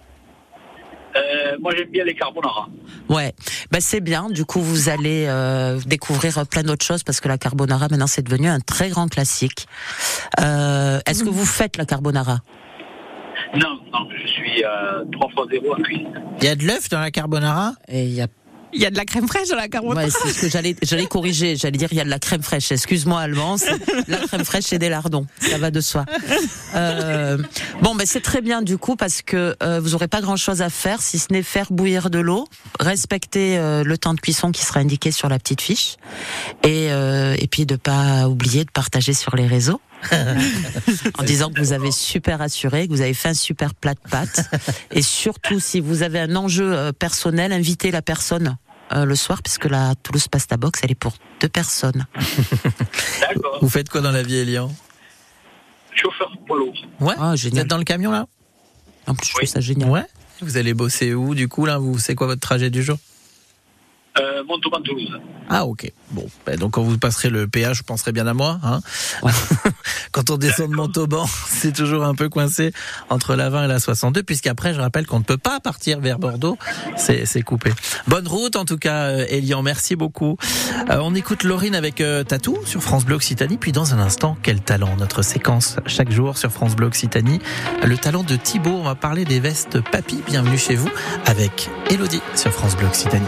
Euh, moi, j'aime bien les carbonara. Ouais, bah c'est bien. Du coup, vous allez euh, découvrir plein d'autres choses parce que la carbonara, maintenant, c'est devenu un très grand classique. Euh, est-ce que vous faites la carbonara ? Non, non, je suis euh, trois fois zéro à cuisine. Il y a de l'œuf dans la carbonara ? Et il y a Il y a de la crème fraîche dans la carbonara. Ouais, c'est ce que j'allais, j'allais corriger. J'allais dire, il y a de la crème fraîche. Excuse-moi, allemand. C'est la crème fraîche et des lardons. Ça va de soi. Euh, bon, ben, c'est très bien, du coup, parce que, euh, vous aurez pas grand chose à faire, si ce n'est faire bouillir de l'eau, respecter, euh, le temps de cuisson qui sera indiqué sur la petite fiche. Et, euh, et puis de pas oublier de partager sur les réseaux. En disant que vous avez super assuré, que vous avez fait un super plat de pâtes. Et surtout, si vous avez un enjeu euh, personnel, invitez la personne euh, le soir, puisque la Toulouse Pasta Box, elle est pour deux personnes. D'accord. Vous faites quoi dans la vie, Elian ? Chauffeur poids lourd. Ouais. Ah, Vous génial. êtes dans le camion là ? En plus, je trouve ça génial. Ouais. Vous allez bosser où du coup là ? Vous c'est quoi votre trajet du jour ? Euh, Montauban-Toulouse. Ah ok. Bon, ben, donc quand vous passerez le péage, je penserai bien à moi. Hein. Ouais. Quand on descend de Montauban, c'est toujours un peu coincé entre la vingt et la soixante-deux, puisqu'après, je rappelle qu'on ne peut pas partir vers Bordeaux. C'est, c'est coupé. Bonne route en tout cas, Elian. Merci beaucoup. Euh, on écoute Laurine avec euh, Tatou sur France Bleu Occitanie. Puis dans un instant, quel talent. Notre séquence chaque jour sur France Bleu Occitanie. Le talent de Thibaut. On va parler des vestes papy. Bienvenue chez vous avec Elodie sur France Bleu Occitanie.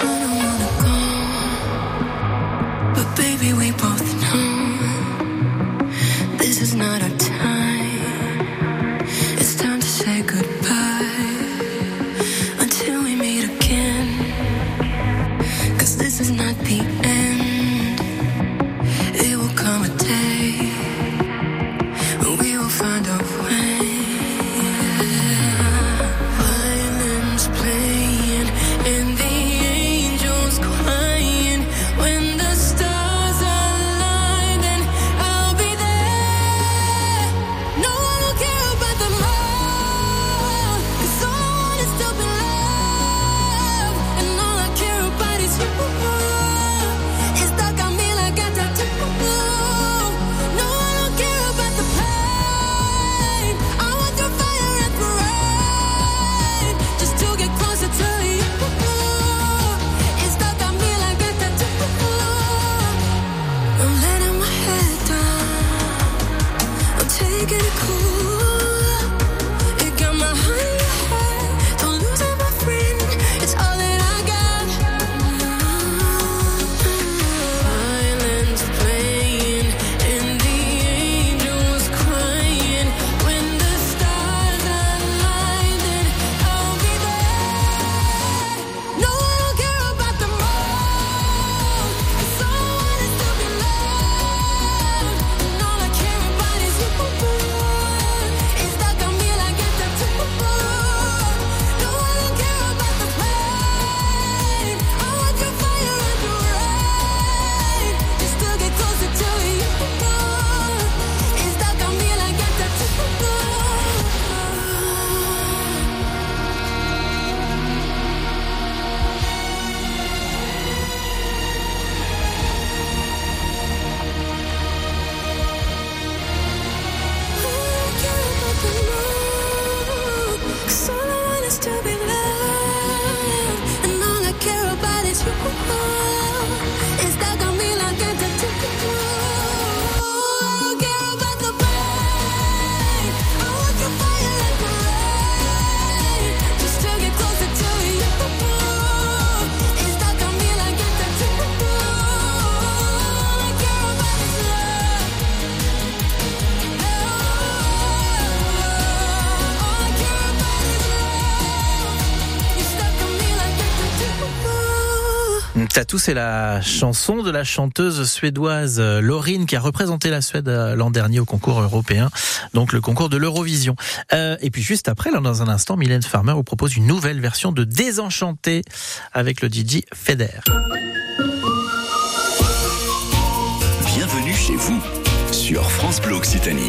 Baby, we both know this is not our time. It's time to say goodbye until we meet again. 'Cause this is not the end. It will come a day when we will find our way. Violins playing and the It's stuck on me like a tattoo. I don't care about the pain. I want your fire like the rain, just to get closer to you. It's stuck on me like a tattoo. All I care about is love. All I care about is love. You're stuck on me like a tattoo. Tattoo, c'est la chanson de la chanteuse suédoise Loreen qui a représenté la Suède l'an dernier au concours européen, donc le concours de l'Eurovision. Euh, et puis juste après, là, dans un instant, Mylène Farmer vous propose une nouvelle version de Désenchanté avec le D J Feder. Bienvenue chez vous sur France Bleu Occitanie.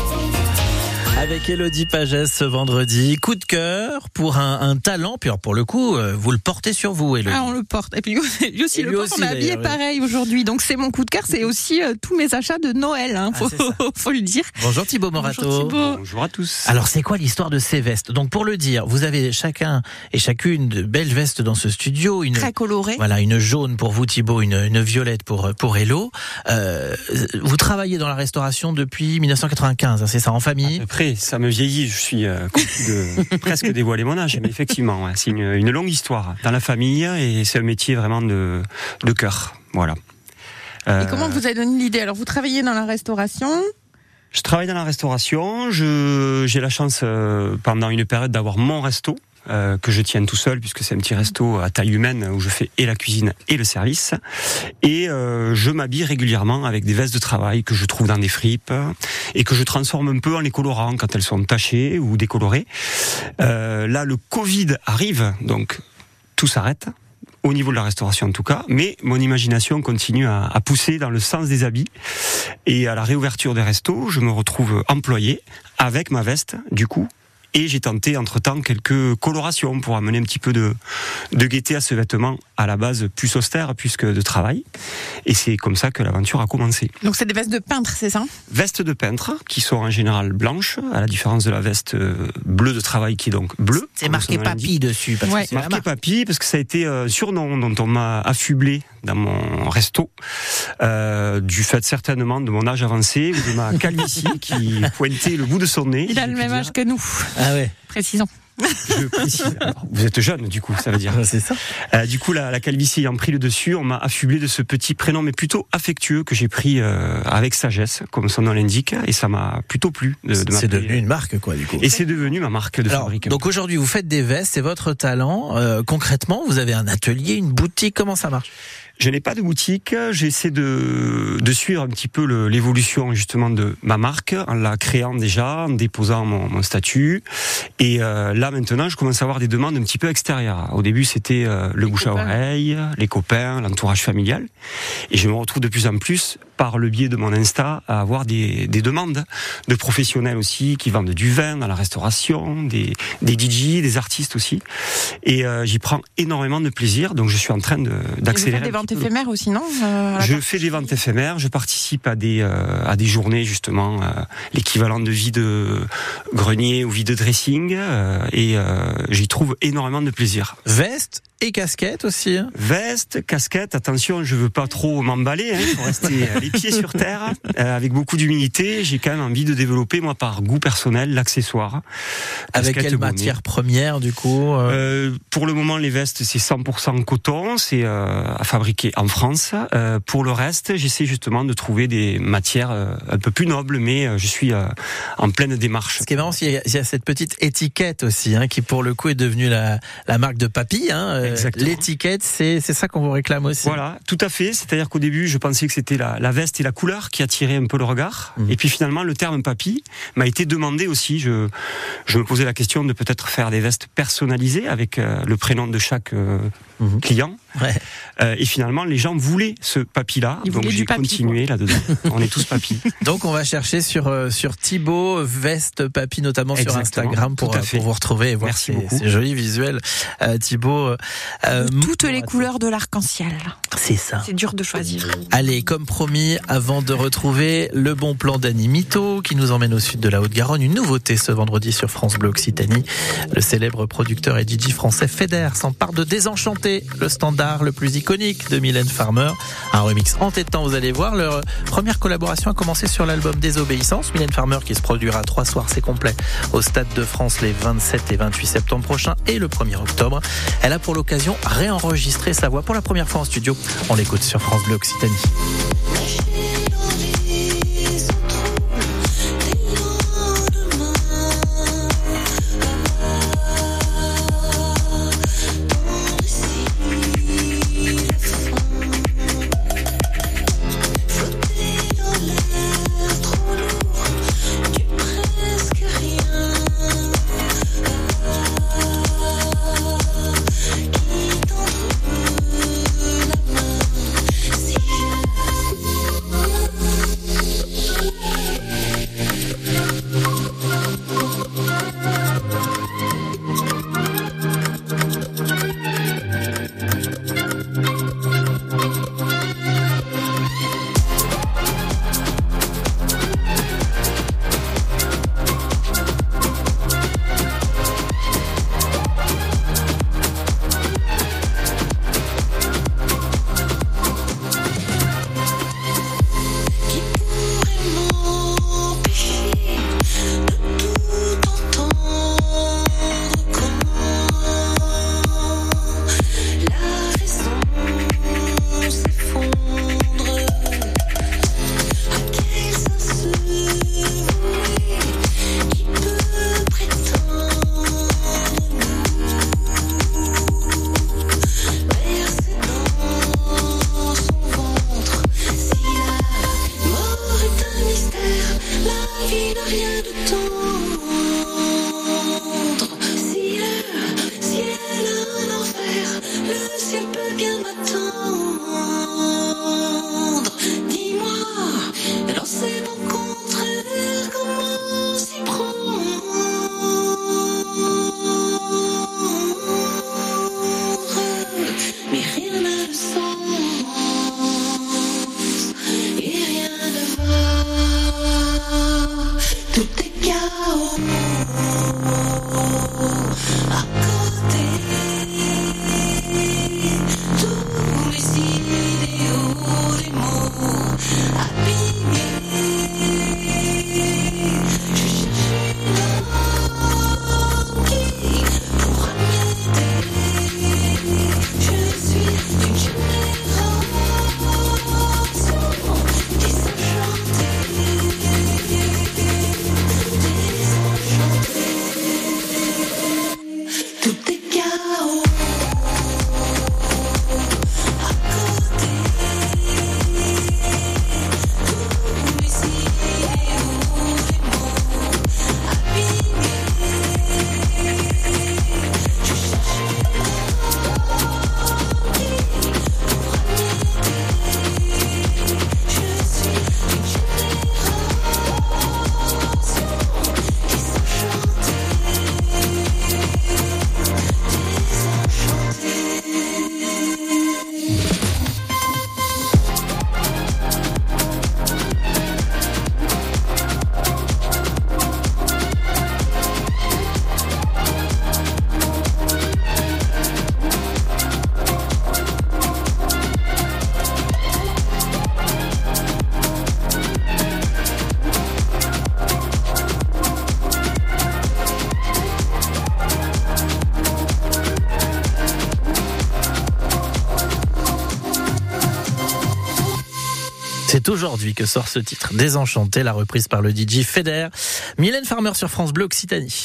Avec Élodie Pagès ce vendredi, coup de cœur pour un, un talent, puis alors pour le coup, euh, vous le portez sur vous, Élodie. Ah, on le porte. Et puis lui aussi Et le lui porte, aussi, on est habillé d'ailleurs, pareil aujourd'hui. Donc c'est mon coup de cœur, c'est aussi euh, tous mes achats de Noël, hein, faut, Ah, faut le dire. Bonjour Thibaut Morato. Bonjour Thibaut. Bonjour à tous. Alors c'est quoi l'histoire de ces vestes? Donc pour le dire, vous avez chacun et chacune de belles vestes dans ce studio, une Très coloré. Voilà, une jaune pour vous Thibaut, une, une violette pour pour Hello. Euh, vous travaillez dans la restauration depuis mille neuf cent quatre-vingt-quinze, hein, c'est ça, en famille? À peu près, ça me vieillit, je suis euh, content de presque dévoiler mon âge, mais effectivement, ouais, c'est une, une longue histoire dans la famille et c'est un métier vraiment de, de cœur. Voilà. Euh, Et comment vous avez donné l'idée? Alors vous travaillez dans la restauration. Je travaille dans la restauration, je, j'ai la chance euh, pendant une période d'avoir mon resto. Euh, que je tienne tout seul puisque c'est un petit resto à taille humaine où je fais et la cuisine et le service et euh, je m'habille régulièrement avec des vestes de travail que je trouve dans des fripes et que je transforme un peu en les colorant quand elles sont tachées ou décolorées. Euh, là le Covid arrive, donc tout s'arrête au niveau de la restauration en tout cas, mais mon imagination continue à, à pousser dans le sens des habits et à la réouverture des restos je me retrouve employé avec ma veste du coup. Et j'ai tenté entre-temps quelques colorations pour amener un petit peu de, de gaieté à ce vêtement à la base plus austère puisque de travail. Et c'est comme ça que l'aventure a commencé. Donc c'est des vestes de peintre, c'est ça? Vestes de peintre qui sont en général blanches, à la différence de la veste bleue de travail qui est donc bleue. C'est marqué papy dessus. Parce Ouais. que c'est la Marqué marque. papy parce que ça a été un surnom dont on m'a affublé dans mon resto euh, du fait certainement de mon âge avancé ou de ma calvitie qui pointait le bout de son nez. Il a j'ai le pu même dire. âge que nous. Ah ouais. Précisons. Je précise. Alors, vous êtes jeune, du coup, ça veut dire. C'est ça. Euh, du coup, la, la calvitie ayant pris le dessus, on m'a affublé de ce petit prénom, mais plutôt affectueux, que j'ai pris euh, avec sagesse, comme son nom l'indique, et ça m'a plutôt plu de, de C'est m'appeler. devenu une marque, quoi, du coup. Et c'est devenu ma marque de Alors, fabrique. donc aujourd'hui, vous faites des vestes, c'est votre talent. Euh, concrètement, vous avez un atelier, une boutique, comment ça marche? Je n'ai pas de boutique, j'essaie de, de suivre un petit peu le, l'évolution justement de ma marque, en la créant déjà, en déposant mon, mon statut. Et euh, là maintenant, je commence à avoir des demandes un petit peu extérieures. Au début, c'était euh, le Les bouche à copains. oreille, les copains, l'entourage familial. Et je me retrouve de plus en plus, par le biais de mon Insta, à avoir des, des demandes de professionnels aussi, qui vendent du vin dans la restauration, des, des D J, des artistes aussi. Et euh, j'y prends énormément de plaisir, donc je suis en train de, Et vous d'accélérer. faites des un ventes petit peu. éphémères aussi, non? Euh, à la Je carte. fais des ventes éphémères, je participe à des euh, à des journées justement, euh, l'équivalent de vide grenier ou vide dressing, euh, et euh, j'y trouve énormément de plaisir. Veste et casquette aussi. Hein. Veste, casquette, attention, je veux pas trop m'emballer, il hein, faut rester les pieds sur terre, euh, avec beaucoup d'humilité. J'ai quand même envie de développer, moi, par goût personnel, l'accessoire. Avec Casquette, quelle bonnet. matière première, du coup euh... Euh, pour le moment, les vestes, c'est cent pour cent coton, c'est euh, à fabriquer en France. Euh, pour le reste, j'essaie justement de trouver des matières euh, un peu plus nobles, mais euh, je suis euh, en pleine démarche. Ce qui est marrant, c'est qu'il y a- il y a cette petite étiquette aussi, hein, qui pour le coup est devenue la, la marque de papy. Hein. Euh, Exactement. L'étiquette, c'est, c'est ça qu'on vous réclame aussi. Voilà, tout à fait. C'est-à-dire qu'au début, je pensais que c'était la, la veste et la couleur qui attiraient un peu le regard. Mmh. Et puis finalement, le terme papy m'a été demandé aussi. Je, je me posais la question de peut-être faire des vestes personnalisées avec euh, le prénom de chaque euh, Mmh. client. Ouais. Euh, et finalement, les gens voulaient ce papy-là. Ils Donc voulaient j'ai du papy, continué là-dedans. On est tous papy. Donc on va chercher sur euh, sur Thibaut Veste Papy, notamment sur Exactement, Instagram, pour, tout à euh, fait. pour vous retrouver et voir Merci ces, beaucoup. ces jolis visuels. Euh, Thibaut, euh, euh, De toutes les Morato. couleurs de l'arc-en-ciel. C'est ça. C'est dur de choisir. Allez, comme promis, avant de retrouver le bon plan d'Annie Mito, qui nous emmène au sud de la Haute-Garonne, une nouveauté ce vendredi sur France Bleu Occitanie. Le célèbre producteur et D J français Feder s'empare de Désenchanté, le standard star le plus iconique de Mylène Farmer. Un remix entêtant, vous allez voir. Leur première collaboration a commencé sur l'album Désobéissance. Mylène Farmer qui se produira trois soirs, c'est complet, au Stade de France les vingt-sept et vingt-huit septembre prochains et le premier octobre. Elle a pour l'occasion réenregistré sa voix pour la première fois en studio. On l'écoute sur France Bleu Occitanie. C'est aujourd'hui que sort ce titre, Désenchanté, la reprise par le D J Feder. Mylène Farmer sur France Bleu Occitanie.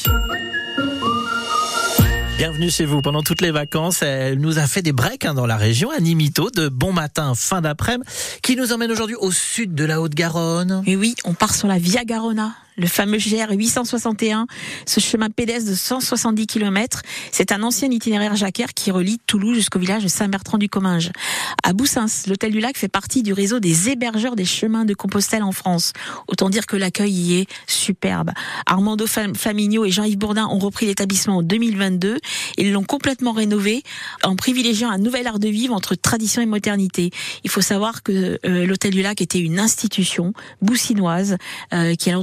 Bienvenue chez vous pendant toutes les vacances. Elle nous a fait des breaks hein, dans la région, à Nimito, de bon matin, fin d'après-midi, qui nous emmène aujourd'hui au sud de la Haute-Garonne. Et oui, on part sur la Via Garona, le fameux G R huit cent soixante et un, ce chemin pédestre de cent soixante-dix kilomètres. C'est un ancien itinéraire jacquard qui relie Toulouse jusqu'au village de Saint-Bertrand-du-Comminges. À Boussins, l'hôtel du Lac fait partie du réseau des hébergeurs des chemins de Compostelle en France. Autant dire que l'accueil y est superbe. Armando Famignot et Jean-Yves Bourdin ont repris l'établissement en deux mille vingt-deux. Ils l'ont complètement rénové en privilégiant un nouvel art de vivre entre tradition et modernité. Il faut savoir que euh, l'hôtel du Lac était une institution boussinoise euh, qui a longtemps été tenue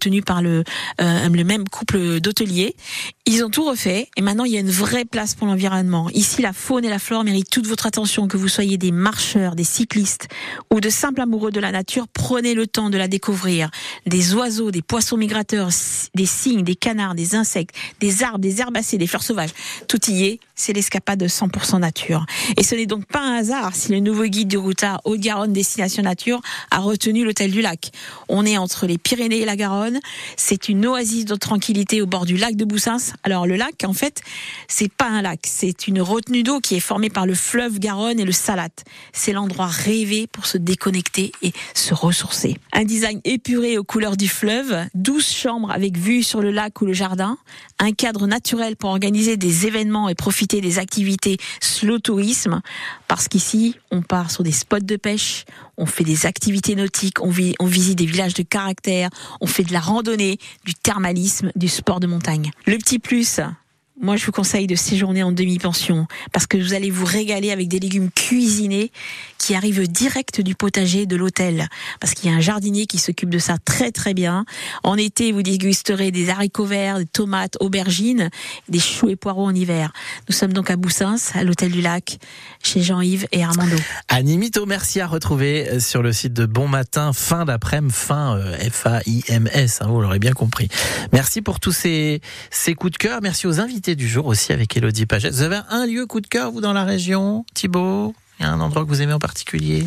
tenu par le, euh, le même couple d'hôteliers. Ils ont tout refait et maintenant il y a une vraie place pour l'environnement. Ici, la faune et la flore méritent toute votre attention, que vous soyez des marcheurs, des cyclistes ou de simples amoureux de la nature. Prenez le temps de la découvrir. Des oiseaux, des poissons migrateurs, des cygnes, des canards, des insectes, des arbres, des herbacées, des fleurs sauvages. Tout y est, c'est l'escapade de cent pour cent nature. Et ce n'est donc pas un hasard si le nouveau guide du routard Haute-Garonne Destination Nature a retenu l'hôtel du lac. On est entre les Pyrénées et la Garonne. C'est une oasis de tranquillité au bord du lac de Boussins. Alors le lac, en fait, c'est pas un lac, c'est une retenue d'eau qui est formée par le fleuve Garonne et le Salat. C'est l'endroit rêvé pour se déconnecter et se ressourcer. Un design épuré aux couleurs du fleuve, douze chambres avec vue sur le lac ou le jardin, un cadre naturel pour organiser des événements et profiter des activités slow tourisme, parce qu'ici, on part sur des spots de pêche, on fait des activités nautiques, on, vit, on visite des villages de caractère, on fait de la randonnée, du thermalisme, du sport de montagne. Le petit plus, moi je vous conseille de séjourner en demi-pension parce que vous allez vous régaler avec des légumes cuisinés qui arrivent direct du potager de l'hôtel, parce qu'il y a un jardinier qui s'occupe de ça très très bien. En été, vous dégusterez des haricots verts, des tomates, aubergines, des choux et poireaux en hiver. Nous sommes donc à Boussins, à l'hôtel du lac, chez Jean-Yves et Armando. Annie Mito, merci à retrouver sur le site de Bon Matin, fin d'après-midi, fin euh, F A I M S, hein, vous l'aurez bien compris. Merci pour tous ces, ces coups de cœur, merci aux invités du jour aussi avec Élodie Paget. Vous avez un lieu coup de cœur, vous, dans la région, Thibaut? Il y a un endroit que vous aimez en particulier?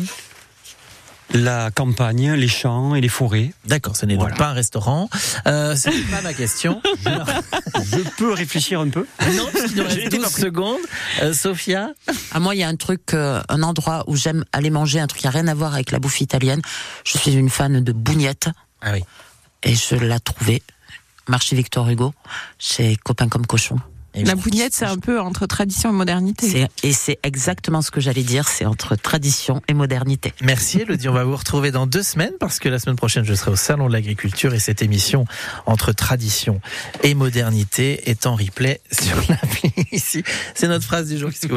La campagne, les champs et les forêts. D'accord, ce n'est voilà. donc pas un restaurant. Euh, c'est pas ma question. Alors, je peux réfléchir un peu. Non, parce qu'il nous reste douze secondes. Euh, Sophia? Ah, moi, il y a un truc, euh, un endroit où j'aime aller manger, un truc qui n'a rien à voir avec la bouffe italienne. Je suis une fan de bougnette. Ah oui. Et je l'ai trouvée, marché Victor Hugo, chez Copain comme Cochon. Et la bougnette, c'est un peu entre tradition et modernité. C'est, et c'est exactement ce que j'allais dire, c'est entre tradition et modernité. Merci Élodie, on va vous retrouver dans deux semaines parce que la semaine prochaine je serai au Salon de l'Agriculture et cette émission entre tradition et modernité est en replay sur l'appli ici. C'est notre phrase du jour, qu'est-ce que vous voulez ?